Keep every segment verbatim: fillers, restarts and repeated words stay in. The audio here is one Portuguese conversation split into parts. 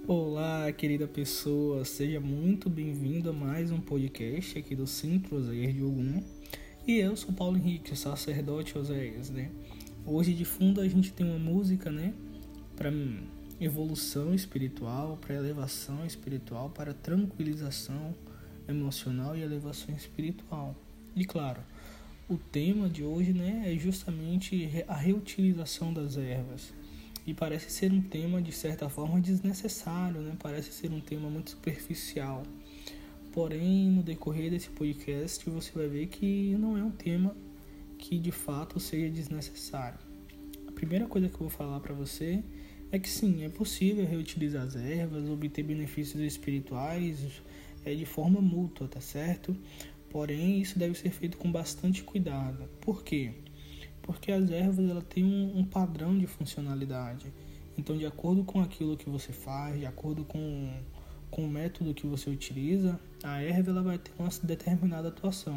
Olá, querida pessoa, seja muito bem-vindo a mais um podcast aqui do Centro Oséias de Ogum. E eu sou Paulo Henrique, sacerdote Oséias, né? Hoje de fundo a gente tem uma música, né? Para evolução espiritual, para elevação espiritual, para tranquilização emocional e elevação espiritual. E claro, o tema de hoje, né, é justamente a reutilização das ervas. E parece ser um tema, de certa forma, desnecessário, né? Parece ser um tema muito superficial. Porém, no decorrer desse podcast, você vai ver que não é um tema que, de fato, seja desnecessário. A primeira coisa que eu vou falar para você é que, sim, é possível reutilizar as ervas, obter benefícios espirituais é, de forma mútua, tá certo? Porém, isso deve ser feito com bastante cuidado. Por quê? Porque as ervas ela têm um, um padrão de funcionalidade. Então, de acordo com aquilo que você faz, de acordo com, com o método que você utiliza, a erva ela vai ter uma determinada atuação.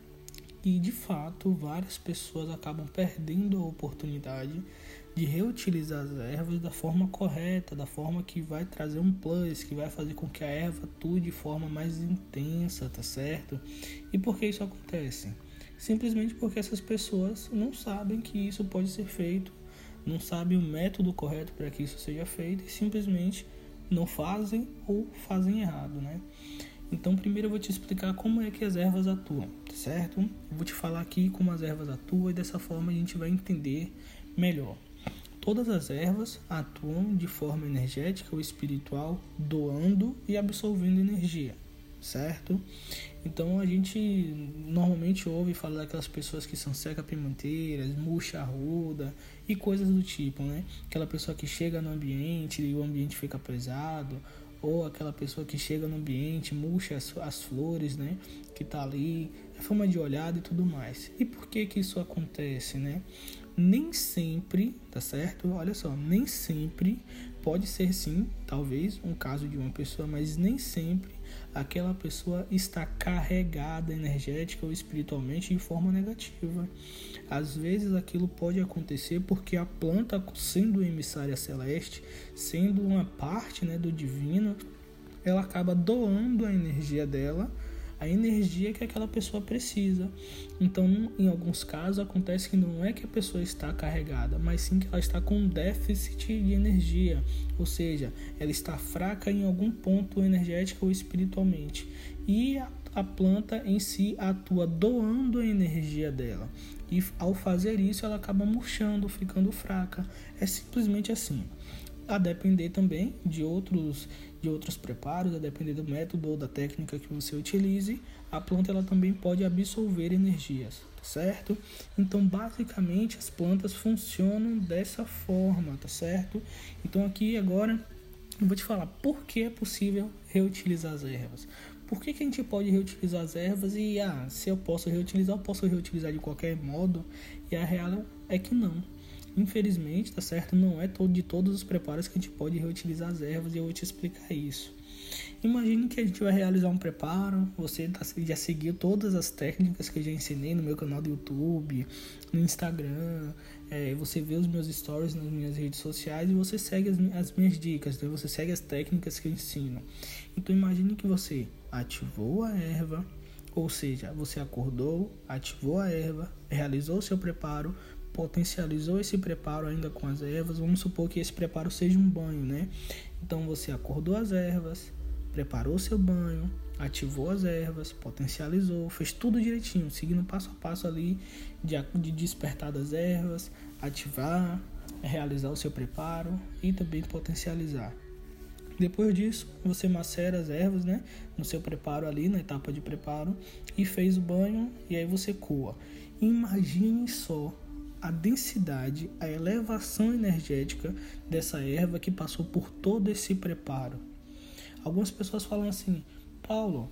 E, de fato, várias pessoas acabam perdendo a oportunidade de reutilizar as ervas da forma correta, da forma que vai trazer um plus, que vai fazer com que a erva atue de forma mais intensa, tá certo? E por que isso acontece? Simplesmente porque essas pessoas não sabem que isso pode ser feito, não sabem o método correto para que isso seja feito e simplesmente não fazem ou fazem errado, né? Então, primeiro eu vou te explicar como é que as ervas atuam, certo? Eu vou te falar aqui como as ervas atuam e dessa forma a gente vai entender melhor. Todas as ervas atuam de forma energética ou espiritual, doando e absorvendo energia, certo? Então a gente normalmente ouve falar daquelas pessoas que são seca-pimenteiras, murcha arruda e coisas do tipo, né? Aquela pessoa que chega no ambiente e o ambiente fica pesado, ou aquela pessoa que chega no ambiente, murcha as, as flores, né? Que tá ali, é forma de olhada e tudo mais. E por que que isso acontece, né? Nem sempre, tá certo? Olha só, nem sempre pode ser sim, talvez, um caso de uma pessoa, mas nem sempre aquela pessoa está carregada energética ou espiritualmente de forma negativa. Às vezes aquilo pode acontecer porque a planta, sendo emissária celeste, sendo uma parte, né, do divino, ela acaba doando a energia dela, a energia que aquela pessoa precisa. Então, em alguns casos, acontece que não é que a pessoa está carregada, mas sim que ela está com um déficit de energia, ou seja, ela está fraca em algum ponto energético ou espiritualmente. E a, a planta em si atua doando a energia dela. E ao fazer isso, ela acaba murchando, ficando fraca. É simplesmente assim. A depender também de outros, de outros preparos, a depender do método ou da técnica que você utilize, a planta ela também pode absorver energias, tá certo? Então, basicamente, as plantas funcionam dessa forma, tá certo? Então, aqui agora, eu vou te falar por que é possível reutilizar as ervas. Por que que a gente pode reutilizar as ervas e, ah, se eu posso reutilizar, eu posso reutilizar de qualquer modo? E a real é que não. Infelizmente, tá certo? Não é todo, de todos os preparos que a gente pode reutilizar as ervas e eu vou te explicar isso. Imagine que a gente vai realizar um preparo, você já seguiu todas as técnicas que eu já ensinei no meu canal do YouTube, no Instagram, é, você vê os meus stories nas minhas redes sociais e você segue as, as minhas dicas, né? Você segue as técnicas que eu ensino. Então imagine que você ativou a erva, ou seja, você acordou, ativou a erva, realizou o seu preparo, potencializou esse preparo ainda com as ervas. Vamos supor que esse preparo seja um banho, né? Então você acordou as ervas, preparou seu banho, ativou as ervas, potencializou, fez tudo direitinho, seguindo passo a passo ali de, de despertar das ervas, ativar, realizar o seu preparo e também potencializar. Depois disso, você macera as ervas, né, no seu preparo ali, na etapa de preparo, e fez o banho, e aí você coa. Imagine só a densidade, a elevação energética dessa erva que passou por todo esse preparo. Algumas pessoas falam assim, Paulo,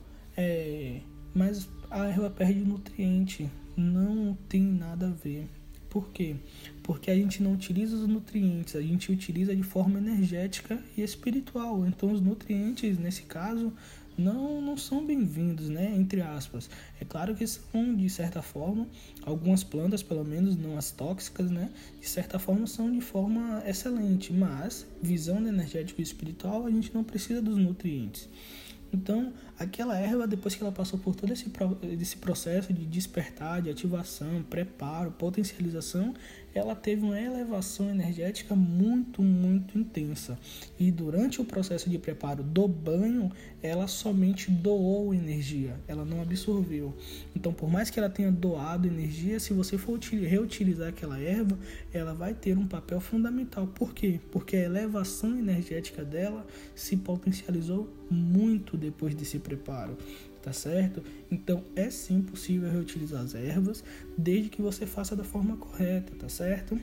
é, mas a erva perde nutriente. Não tem nada a ver. Por quê? Porque a gente não utiliza os nutrientes, a gente utiliza de forma energética e espiritual. Então os nutrientes, nesse caso, não, não são bem-vindos, né? Entre aspas. É claro que são, de certa forma, algumas plantas, pelo menos não as tóxicas, né? De certa forma são de forma excelente, mas visão energética e espiritual, a gente não precisa dos nutrientes. Então, aquela erva, depois que ela passou por todo esse, esse processo de despertar, de ativação, preparo, potencialização, ela teve uma elevação energética muito, muito intensa. E durante o processo de preparo do banho, ela somente doou energia, ela não absorveu. Então, por mais que ela tenha doado energia, se você for reutilizar aquela erva, ela vai ter um papel fundamental. Por quê? Porque a elevação energética dela se potencializou muito depois desse preparo, tá certo? Então é sim possível reutilizar as ervas, desde que você faça da forma correta, tá certo?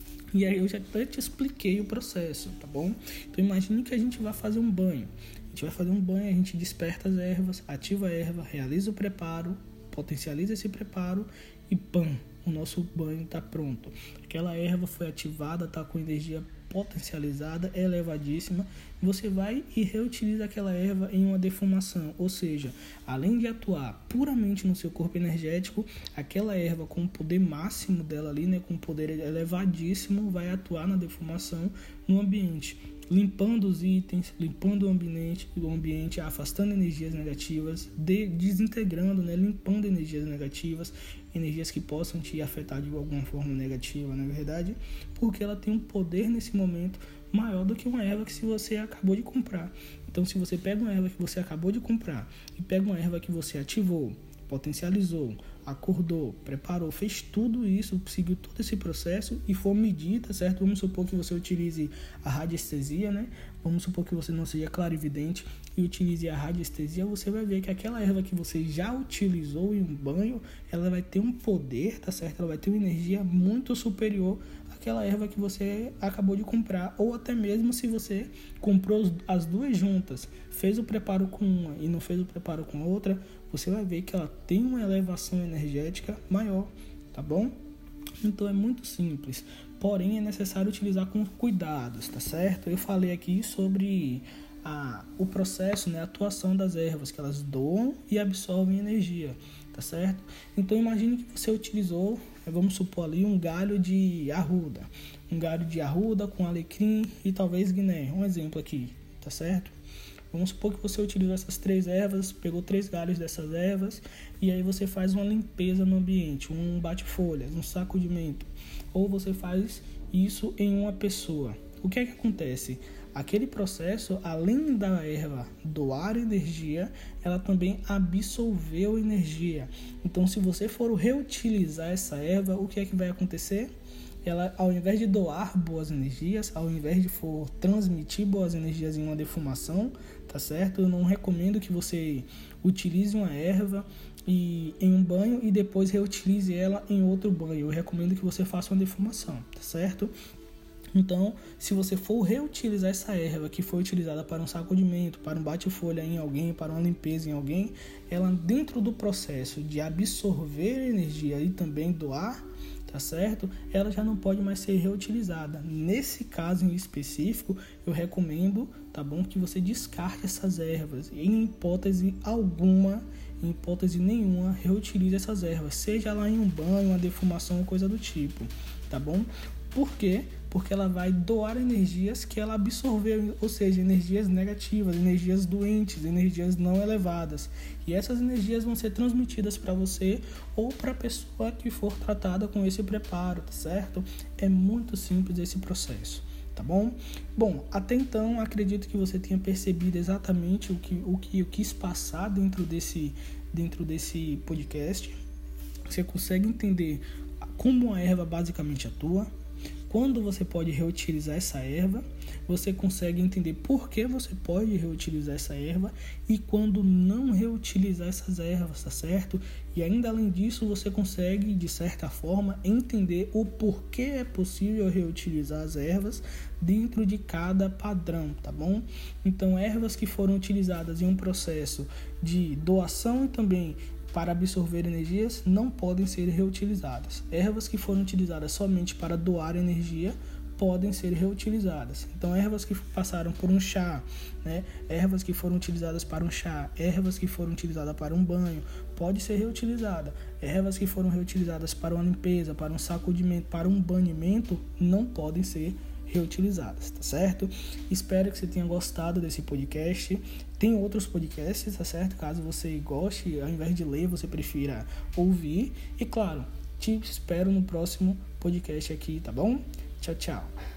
E aí eu já até te expliquei o processo, tá bom? Então imagine que a gente vai fazer um banho. A gente vai fazer um banho, a gente desperta as ervas, ativa a erva, realiza o preparo, potencializa esse preparo e pam, o nosso banho está pronto. Aquela erva foi ativada, está com energia potencializada, elevadíssima. Você vai e reutiliza aquela erva em uma defumação, ou seja, além de atuar puramente no seu corpo energético, aquela erva com o poder máximo dela ali, né, com o poder elevadíssimo, vai atuar na defumação no ambiente, limpando os itens, limpando o ambiente, o ambiente afastando energias negativas, de, desintegrando, né, limpando energias negativas, energias que possam te afetar de alguma forma negativa, na verdade, porque ela tem um poder nesse momento maior do que uma erva que se você acabou de comprar. Então, se você pega uma erva que você acabou de comprar e pega uma erva que você ativou, potencializou, acordou, preparou, fez tudo isso, seguiu todo esse processo e for medida, certo? Vamos supor que você utilize a radiestesia, né? Vamos supor que você não seja clarividente e utilize a radiestesia, você vai ver que aquela erva que você já utilizou em um banho, ela vai ter um poder, tá certo? Ela vai ter uma energia muito superior àquela erva que você acabou de comprar, ou até mesmo se você comprou as duas juntas, fez o preparo com uma e não fez o preparo com a outra, você vai ver que ela tem uma elevação energética maior, tá bom? Então é muito simples, porém é necessário utilizar com cuidados, tá certo? Eu falei aqui sobre a, o processo, né, a atuação das ervas, que elas doam e absorvem energia, tá certo? Então imagine que você utilizou, vamos supor ali, um galho de arruda, um galho de arruda com alecrim e talvez guiné, um exemplo aqui, tá certo? Vamos supor que você utilizou essas três ervas, pegou três galhos dessas ervas e aí você faz uma limpeza no ambiente, um bate-folhas, um sacudimento, ou você faz isso em uma pessoa. O que é que acontece? Aquele processo, além da erva doar energia, ela também absorveu energia. Então, se você for reutilizar essa erva, o que é que vai acontecer? Ela, ao invés de doar boas energias, ao invés de for transmitir boas energias em uma defumação, tá certo? Eu não recomendo que você utilize uma erva e, em um banho e depois reutilize ela em outro banho. Eu recomendo que você faça uma defumação, tá certo? Então, se você for reutilizar essa erva que foi utilizada para um sacudimento, para um bate-folha em alguém, para uma limpeza em alguém, ela dentro do processo de absorver energia e também doar, tá certo? Ela já não pode mais ser reutilizada. Nesse caso em específico, eu recomendo, tá bom, que você descarte essas ervas. Em hipótese alguma, em hipótese nenhuma, reutilize essas ervas, seja lá em um banho, uma defumação ou coisa do tipo, tá bom? Por quê? Porque ela vai doar energias que ela absorveu, ou seja, energias negativas, energias doentes, energias não elevadas. E essas energias vão ser transmitidas para você ou para a pessoa que for tratada com esse preparo, tá certo? É muito simples esse processo, tá bom? Bom, até então acredito que você tenha percebido exatamente o que, o que eu quis passar dentro desse, dentro desse podcast. Você consegue entender como a erva basicamente atua, quando você pode reutilizar essa erva, você consegue entender por que você pode reutilizar essa erva e quando não reutilizar essas ervas, tá certo? E ainda além disso, você consegue, de certa forma, entender o porquê é possível reutilizar as ervas dentro de cada padrão, tá bom? Então, ervas que foram utilizadas em um processo de doação e também para absorver energias não podem ser reutilizadas. Ervas que foram utilizadas somente para doar energia podem ser reutilizadas. Então, ervas que passaram por um chá, né? Ervas que foram utilizadas para um chá, ervas que foram utilizadas para um banho, pode ser reutilizada. Ervas que foram reutilizadas para uma limpeza, para um sacudimento, para um banimento, não podem ser reutilizadas, tá certo? Espero que você tenha gostado desse podcast. Tem outros podcasts, tá certo? Caso você goste, ao invés de ler, você prefira ouvir. E claro, te espero no próximo podcast aqui, tá bom? Tchau, tchau.